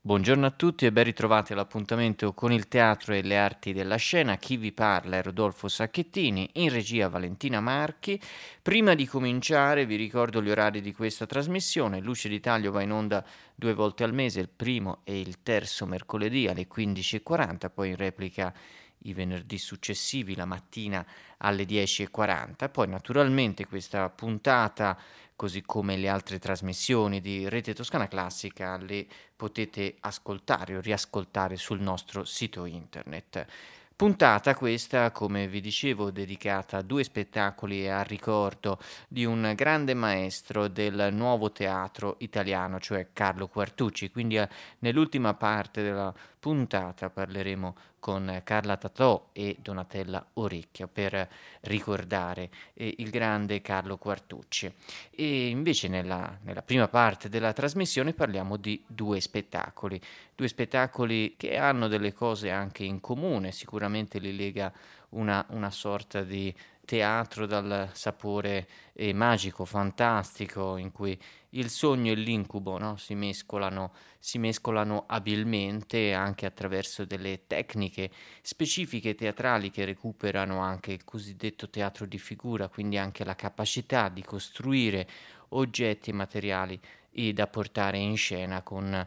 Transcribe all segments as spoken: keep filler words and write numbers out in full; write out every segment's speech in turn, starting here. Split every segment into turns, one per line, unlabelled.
Buongiorno a tutti e ben ritrovati all'appuntamento con il teatro e le arti della scena. Chi vi parla è Rodolfo Sacchettini, in regia Valentina Marchi. Prima di cominciare vi ricordo gli orari di questa trasmissione. Luce di Taglio va in onda due volte al mese, il primo e il terzo mercoledì alle quindici e quaranta, poi in replica i venerdì successivi la mattina alle dieci e quaranta. Poi naturalmente questa puntata, così come le altre trasmissioni di Rete Toscana Classica, le potete ascoltare o riascoltare sul nostro sito internet. Puntata questa, come vi dicevo, dedicata a due spettacoli a ricordo di un grande maestro del nuovo teatro italiano, cioè Carlo Quartucci. Quindi eh, nell'ultima parte della puntata parleremo con Carla Tatò e Donatella Orecchia per ricordare eh, il grande Carlo Quartucci. E invece nella, nella prima parte della trasmissione parliamo di due spettacoli, due spettacoli che hanno delle cose anche in comune, sicuramente li lega una, una sorta di teatro dal sapore eh, magico, fantastico, in cui il sogno e l'incubo, no, si mescolano, si mescolano abilmente anche attraverso delle tecniche specifiche teatrali che recuperano anche il cosiddetto teatro di figura, quindi anche la capacità di costruire oggetti e materiali e da portare in scena con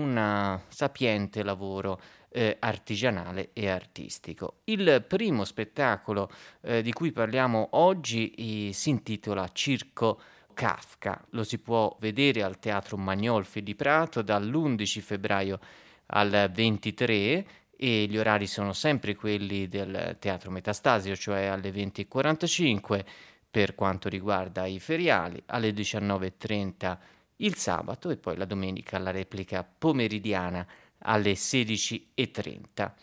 un sapiente lavoro eh, artigianale e artistico. Il primo spettacolo eh, di cui parliamo oggi eh, si intitola Circo Kafka. Lo si può vedere al Teatro Magnolfi di Prato dall'undici febbraio al ventitré e gli orari sono sempre quelli del Teatro Metastasio, cioè alle venti e quarantacinque per quanto riguarda i feriali, alle diciannove e trenta il sabato e poi la domenica la replica pomeridiana alle sedici e trenta.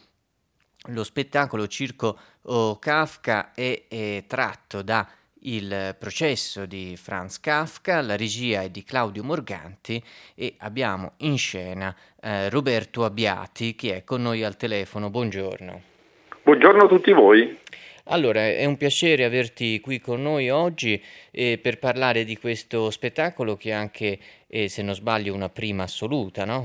Lo spettacolo Circo oh, Kafka è, è tratto da Il processo di Franz Kafka, la regia è di Claudio Morganti e abbiamo in scena eh, Roberto Abbiati che è con noi al telefono. Buongiorno.
Buongiorno a tutti voi.
Allora, è un piacere averti qui con noi oggi eh, per parlare di questo spettacolo che è anche, eh, se non sbaglio, una prima assoluta, no?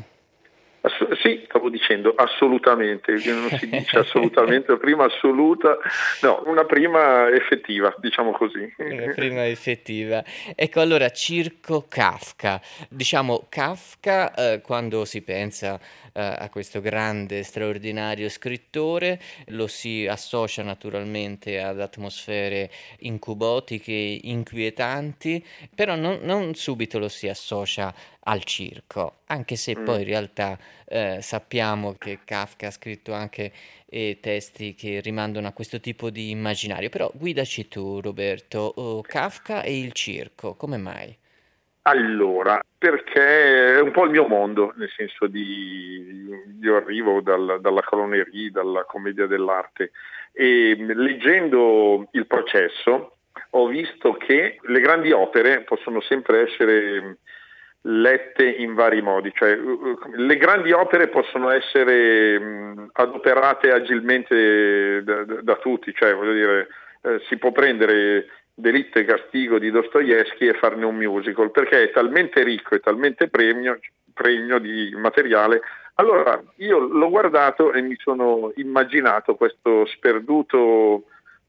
Ass- sì, stavo dicendo assolutamente, non si dice assolutamente, prima assoluta, no, una prima effettiva, diciamo così.
Una prima effettiva. Ecco, allora, Circo Kafka. Diciamo, Kafka, eh, quando si pensa eh, a questo grande, straordinario scrittore, lo si associa naturalmente ad atmosfere incubotiche, inquietanti, però non, non subito lo si associa al circo, anche se poi
Mm.
in realtà eh, sappiamo che Kafka ha scritto anche eh, testi che rimandano a questo tipo di immaginario. Però guidaci tu, Roberto. Oh, Kafka e il circo, come mai?
Allora, perché è un po' il mio mondo, nel senso di io arrivo dal- dalla clonerie, dalla commedia dell'arte e leggendo Il processo ho visto che le grandi opere possono sempre essere lette in vari modi, cioè uh, uh, le grandi opere possono essere mh, adoperate agilmente da, da- da tutti, cioè voglio dire, eh, si può prendere Delitto e Castigo di Dostoevsky e farne un musical, perché è talmente ricco e talmente pregno, pregno di materiale. Allora io l'ho guardato e mi sono immaginato questo sperduto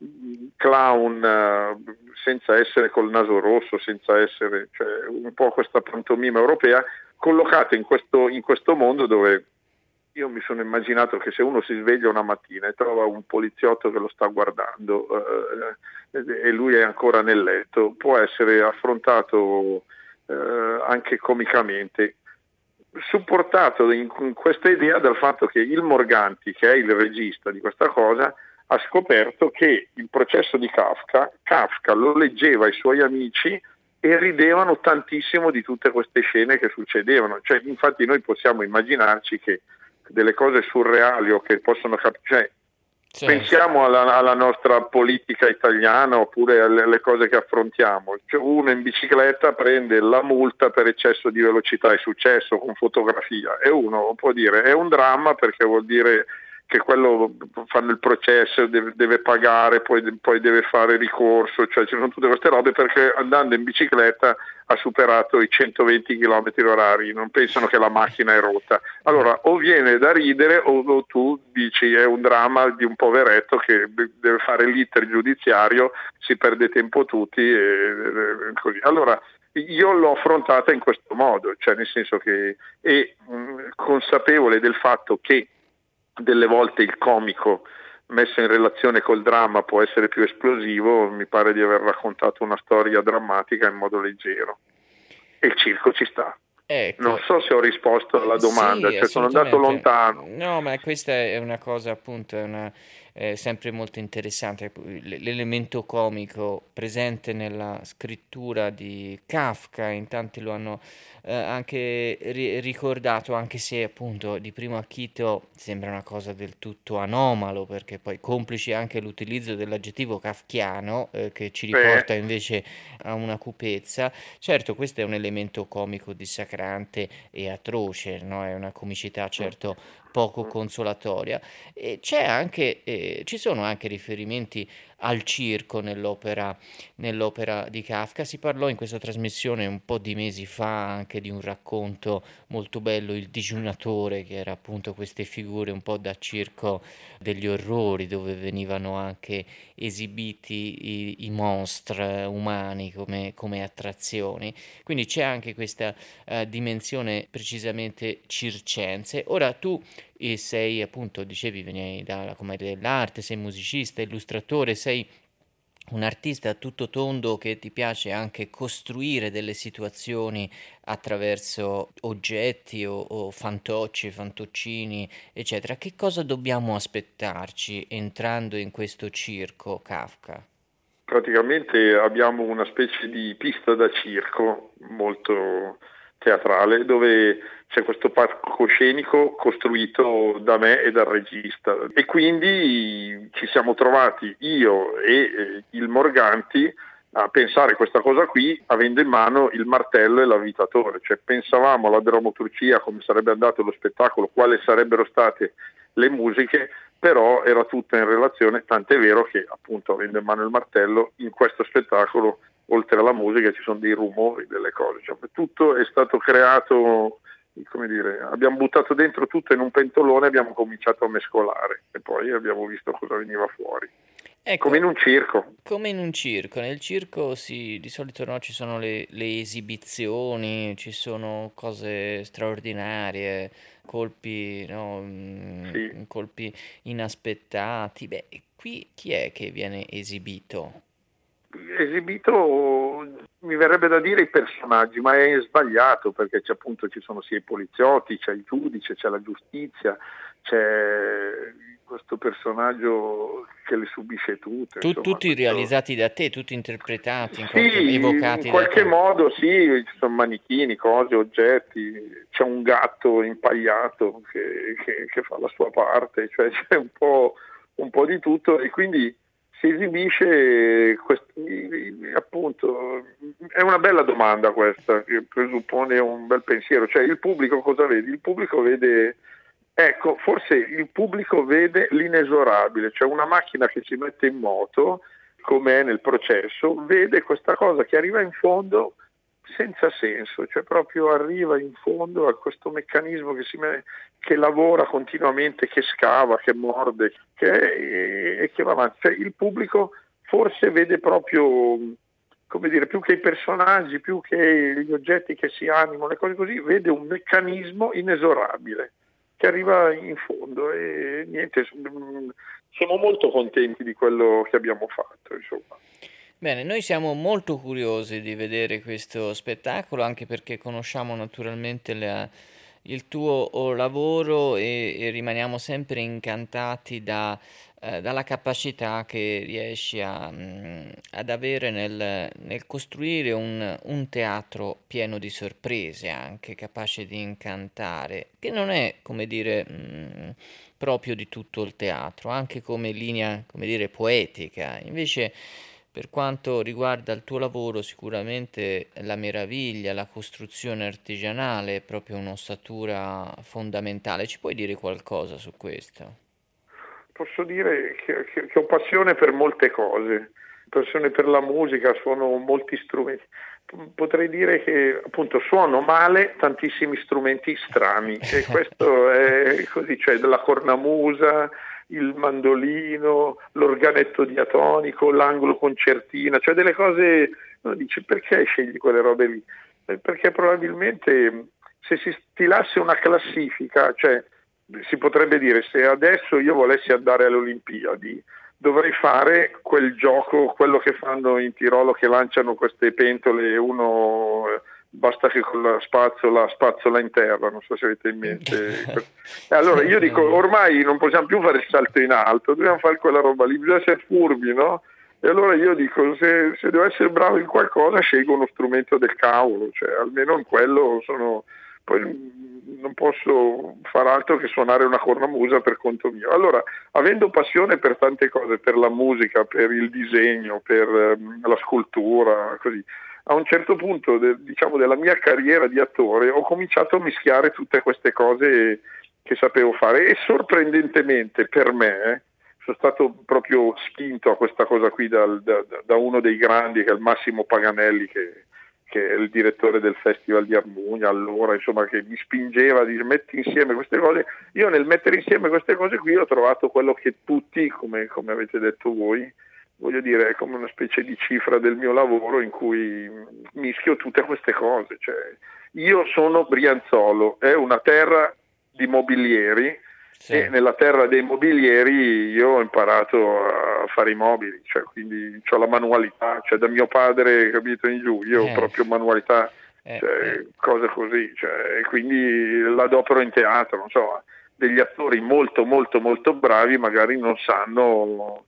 clown eh, senza essere col naso rosso, senza essere, cioè un po' questa pantomima europea collocata in questo, in questo mondo dove io mi sono immaginato che se uno si sveglia una mattina e trova un poliziotto che lo sta guardando eh, e lui è ancora nel letto, può essere affrontato eh, anche comicamente, supportato in, in questa idea dal fatto che il Morganti, che è il regista di questa cosa, ha scoperto che il processo di Kafka, Kafka lo leggeva ai suoi amici e ridevano tantissimo di tutte queste scene che succedevano. Cioè, infatti noi possiamo immaginarci che delle cose surreali o che possono capire, cioè,
Sì.
pensiamo alla, alla nostra politica italiana oppure alle, alle cose che affrontiamo. Cioè, uno in bicicletta prende la multa per eccesso di velocità, è successo con fotografia, e uno può dire è un dramma perché vuol dire che quello fanno il processo, deve, deve pagare, poi, poi deve fare ricorso, cioè ci sono tutte queste robe perché andando in bicicletta ha superato i centoventi chilometri orari, non pensano che la macchina è rotta. Allora o viene da ridere o, o tu dici è un dramma di un poveretto che deve fare l'iter giudiziario, si perde tempo tutti e, e così. Allora io l'ho affrontata in questo modo, cioè nel senso che è mh, consapevole del fatto che delle volte il comico messo in relazione col dramma può essere più esplosivo, mi pare di aver raccontato una storia drammatica in modo leggero. E il circo ci sta.
Ecco.
Non so se ho risposto alla domanda,
Sì,
cioè sono andato lontano.
No, ma questa è una cosa appunto, è una, è sempre molto interessante, l'elemento comico presente nella scrittura di Kafka, in tanti lo hanno eh, anche ri- ricordato, anche se appunto di primo acchito sembra una cosa del tutto anomalo, perché poi complice anche l'utilizzo dell'aggettivo kafkiano, eh, che ci riporta
Beh,
invece a una cupezza. Certo, questo è un elemento comico dissacrante e atroce, no? È una comicità certo poco consolatoria. E c'è anche, eh, ci sono anche riferimenti al circo nell'opera, nell'opera di Kafka. Si parlò in questa trasmissione un po' di mesi fa anche di un racconto molto bello, Il digiunatore, che era appunto queste figure un po' da circo degli orrori, dove venivano anche esibiti i, i mostri umani come, come attrazioni. Quindi c'è anche questa eh, dimensione precisamente circense. Ora tu eh, sei appunto, dicevi, venivi dalla commedia dell'arte, sei musicista, illustratore, sei un artista a tutto tondo che ti piace anche costruire delle situazioni attraverso oggetti o, o fantocci, fantoccini, eccetera. Che cosa dobbiamo aspettarci entrando in questo circo Kafka?
praticamente abbiamo una specie di pista da circo molto teatrale dove c'è questo palcoscenico costruito da me e dal regista e quindi ci siamo trovati io e eh, il Morganti a pensare questa cosa qui avendo in mano il martello e l'avvitatore, cioè pensavamo alla drammaturgia, come sarebbe andato lo spettacolo, quali sarebbero state le musiche, però era tutta in relazione, tant'è vero che appunto avendo in mano il martello in questo spettacolo oltre alla musica ci sono dei rumori, delle cose, cioè, tutto è stato creato, come dire, abbiamo buttato dentro tutto in un pentolone e abbiamo cominciato a mescolare e poi abbiamo visto cosa veniva fuori.
Ecco,
come in un circo.
Come in un circo, nel circo si, di solito no, ci sono le, le esibizioni, ci sono cose straordinarie, colpi, no, mm,
Sì.
colpi inaspettati. Beh, qui chi è che viene esibito?
Esibito, mi verrebbe da dire i personaggi, ma è sbagliato perché c'è appunto ci sono sia i poliziotti, c'è il giudice, c'è la giustizia, c'è questo personaggio che le subisce tutte.
Tu-
Insomma,
tutti
questo...
realizzati da te, tutti interpretati, in
Sì,
qualche,
in
evocati da
qualche
te.
modo sì, ci sono manichini, cose, oggetti, c'è un gatto impagliato che, che, che fa la sua parte, cioè c'è un po', un po' di tutto e quindi si esibisce, quest- appunto, è una bella domanda questa, che presuppone un bel pensiero, cioè il pubblico cosa vede? Il pubblico vede, ecco, forse il pubblico vede l'inesorabile, cioè una macchina che si mette in moto, come è nel processo, vede questa cosa che arriva in fondo senza senso, cioè proprio arriva in fondo a questo meccanismo che, si me- che lavora continuamente, che scava, che morde, che è- e che va avanti. Cioè, il pubblico forse vede proprio, come dire, più che i personaggi, più che gli oggetti che si animano, le cose così, vede un meccanismo inesorabile che arriva in fondo e niente, siamo molto contenti di quello che abbiamo fatto, insomma.
Bene, noi siamo molto curiosi di vedere questo spettacolo, anche perché conosciamo naturalmente la- il tuo oh, lavoro e, e rimaniamo sempre incantati da, eh, dalla capacità che riesci a, mm, ad avere nel, nel costruire un, un teatro pieno di sorprese, anche capace di incantare, che non è, come dire, mm, proprio di tutto il teatro, anche come linea, come dire, poetica. Invece, per quanto riguarda il tuo lavoro, sicuramente la meraviglia, la costruzione artigianale è proprio un'ossatura fondamentale. Ci puoi dire qualcosa su questo?
posso dire che, che, che ho passione per molte cose, passione per la musica, suono molti strumenti. Potrei dire che appunto suono male tantissimi strumenti strani e questo è così, cioè della cornamusa, il mandolino, l'organetto diatonico, l'angolo concertina, cioè delle cose, uno dice perché scegli quelle robe lì? Perché probabilmente se si stilasse una classifica, cioè si potrebbe dire se adesso io volessi andare alle Olimpiadi dovrei fare quel gioco, quello che fanno in Tirolo, che lanciano queste pentole e uno basta che con la spazzola spazzola in terra, non so se avete in mente. E allora io dico ormai non possiamo più fare il salto in alto, dobbiamo fare quella roba lì, bisogna essere furbi, no? E allora io dico se, se devo essere bravo in qualcosa scelgo uno strumento del cavolo, cioè almeno in quello sono... Poi non posso far altro che suonare una cornamusa per conto mio. Allora, avendo passione per tante cose, per la musica, per il disegno, per um, la scultura, così, a un certo punto de, diciamo della mia carriera di attore ho cominciato a mischiare tutte queste cose che sapevo fare e sorprendentemente per me sono stato proprio spinto a questa cosa qui dal, da, da uno dei grandi, che è il Massimo Paganelli, che che è il direttore del Festival di Armugna allora, insomma, che mi spingeva a dire metti insieme queste cose. Io nel mettere insieme queste cose qui ho trovato quello che tutti, come, come avete detto voi, voglio dire, è come una specie di cifra del mio lavoro in cui mischio tutte queste cose. Cioè, io sono Brianzolo, è una terra di mobilieri, sì. E nella terra dei mobilieri io ho imparato a fare i mobili, cioè quindi ho la manualità, cioè da mio padre, capito, in giù, io ho
eh.
proprio manualità,
eh,
cioè,
eh.
cose così, cioè, e quindi l'adopero in teatro, non so, degli attori molto molto molto bravi magari non sanno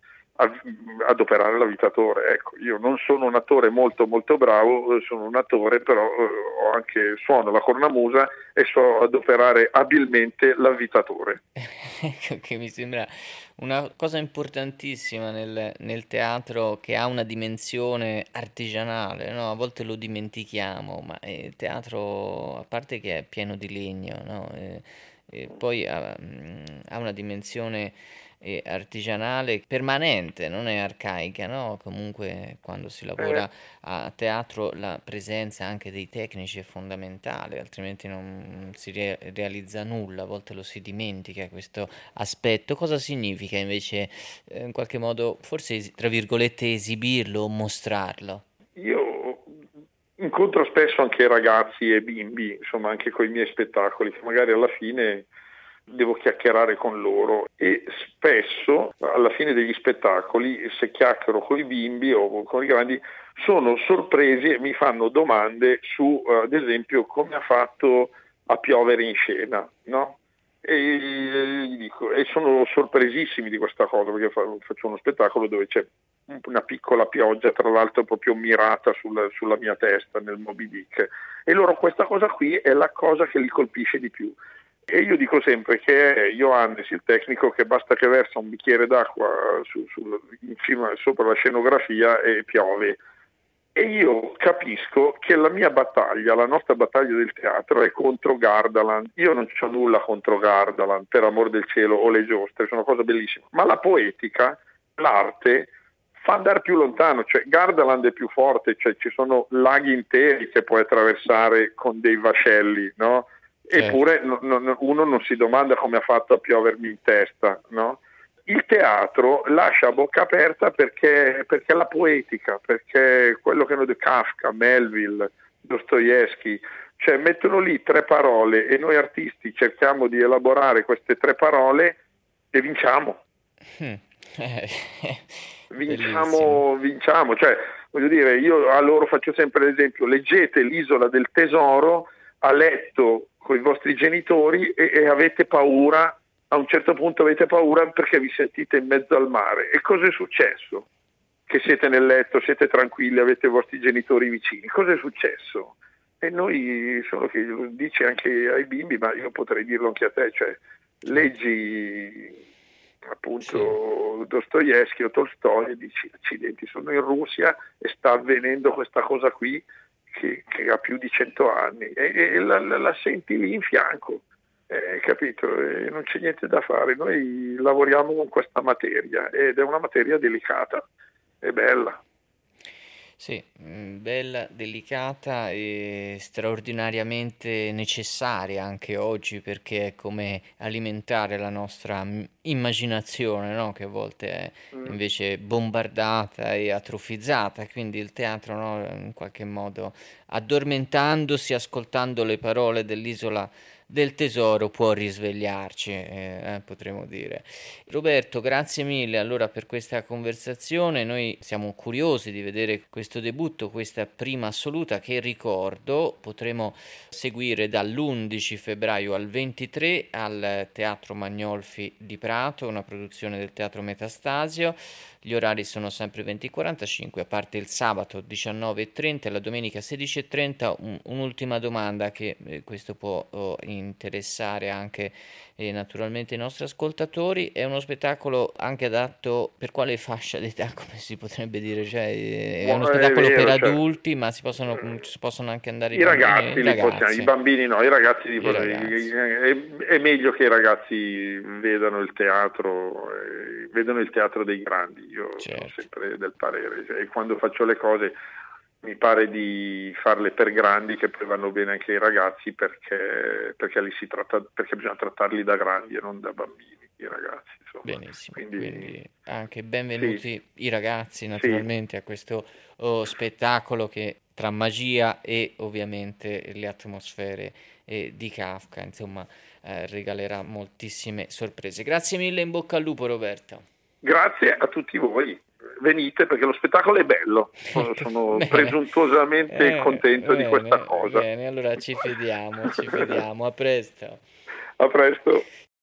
adoperare l'avitatore. Ecco, io non sono un attore molto molto bravo, sono un attore, però ho anche suono la cornamusa e so adoperare abilmente l'avvitatore.
Ecco, che mi sembra una cosa importantissima nel, nel teatro, che ha una dimensione artigianale, no? A volte lo dimentichiamo, ma il teatro, a parte che è pieno di legno, no? E, e poi ha, ha una dimensione eh, artigianale permanente, non è arcaica, no? Comunque quando si lavora
Eh.
a teatro la presenza anche dei tecnici è fondamentale, altrimenti non si re- realizza nulla, a volte lo si dimentica questo aspetto. Cosa significa invece eh, in qualche modo, forse es- tra virgolette, esibirlo o mostrarlo?
Io incontro spesso anche ragazzi e bimbi, insomma anche con i miei spettacoli, che magari alla fine devo chiacchierare con loro e spesso alla fine degli spettacoli, se chiacchiero con i bimbi o con i grandi, sono sorpresi e mi fanno domande su, ad esempio, come ha fatto a piovere in scena, no? E gli dico, e sono sorpresissimi di questa cosa, perché faccio uno spettacolo dove c'è una piccola pioggia, tra l'altro proprio mirata sul, sulla mia testa nel Moby Dick, e loro questa cosa qui è la cosa che li colpisce di più. E io dico sempre che è Ioannis, il tecnico, che basta che versa un bicchiere d'acqua su, su, infino, sopra la scenografia e piove. E io capisco che la mia battaglia, la nostra battaglia del teatro è contro Gardaland. Io non c'ho nulla contro Gardaland, per amor del cielo, o le giostre, sono cose bellissime. Ma la poetica, l'arte, fa andare più lontano. Cioè Gardaland è più forte, cioè ci sono laghi interi che puoi attraversare con dei vascelli, no? Eppure no, no, uno non si domanda come ha fatto a piovermi in testa, no? Il teatro lascia a bocca aperta perché, perché la poetica, perché quello che hanno detto Kafka, Melville, Dostoevsky, cioè mettono lì tre parole e noi artisti cerchiamo di elaborare queste tre parole e vinciamo. vinciamo, vinciamo, cioè voglio dire, io a loro faccio sempre l'esempio, leggete l'Isola del Tesoro a letto con i vostri genitori e, e avete paura, a un certo punto avete paura perché vi sentite in mezzo al mare. E cosa è successo? Che siete nel letto, siete tranquilli, avete i vostri genitori vicini. Cosa è successo? E noi, solo che lo dice anche ai bimbi, ma io potrei dirlo anche a te, cioè leggi appunto sì. Dostoevsky o Tolstoi e dici accidenti, sono in Russia e sta avvenendo questa cosa qui che, che ha più di cento anni e, e la, la, la senti lì in fianco. Eh, capito? Eh, non c'è niente da fare, noi lavoriamo con questa materia ed è una materia delicata, è bella.
Sì, mm, bella, delicata e straordinariamente necessaria anche oggi perché è come alimentare la nostra mm, immaginazione, no? Che a volte è
Mm.
invece bombardata e atrofizzata, quindi il teatro, no? In qualche modo addormentandosi, ascoltando le parole dell'Isola del Tesoro può risvegliarci, eh, eh, potremmo dire. Roberto, grazie mille allora per questa conversazione. Noi siamo curiosi di vedere questo debutto, questa prima assoluta che ricordo potremo seguire dall'undici febbraio al ventitré al Teatro Magnolfi di Prato, una produzione del Teatro Metastasio. Gli orari sono sempre venti e quarantacinque, a parte il sabato diciannove e trenta e la domenica sedici e trenta. Un, un'ultima domanda che eh, questo può oh, interessare anche e naturalmente i nostri ascoltatori. È uno spettacolo anche adatto per quale fascia d'età, come si potrebbe dire? Cioè, eh, è uno
Boh, è
spettacolo per
vero, cioè,
adulti, ma si possono,
mm,
ci possono anche andare i
i
bambini, i
ragazzi li possiamo, i
ragazzi,
bambini no, i ragazzi li
i
possono-
ragazzi.
è, è meglio che i ragazzi vedano il teatro, eh, vedano il teatro dei grandi, io sono
Certo.
sempre del parere, cioè, e quando faccio le cose mi pare di farle per grandi che poi vanno bene anche ai ragazzi perché, perché, li si tratta, perché bisogna trattarli da grandi e non da bambini, i ragazzi, insomma.
Benissimo,
Quindi
quindi anche
sì,
benvenuti i ragazzi
sì,
naturalmente a questo oh, spettacolo che tra magia e ovviamente le atmosfere eh, di Kafka, insomma, eh, regalerà moltissime sorprese. Grazie mille, in bocca al lupo Roberto.
grazie a tutti voi. Venite perché lo spettacolo è bello, sono, sono
Bene,
presuntuosamente
eh,
contento di questa
bene,
cosa.
bene, allora ci fidiamo, ci fidiamo, a presto.
A presto.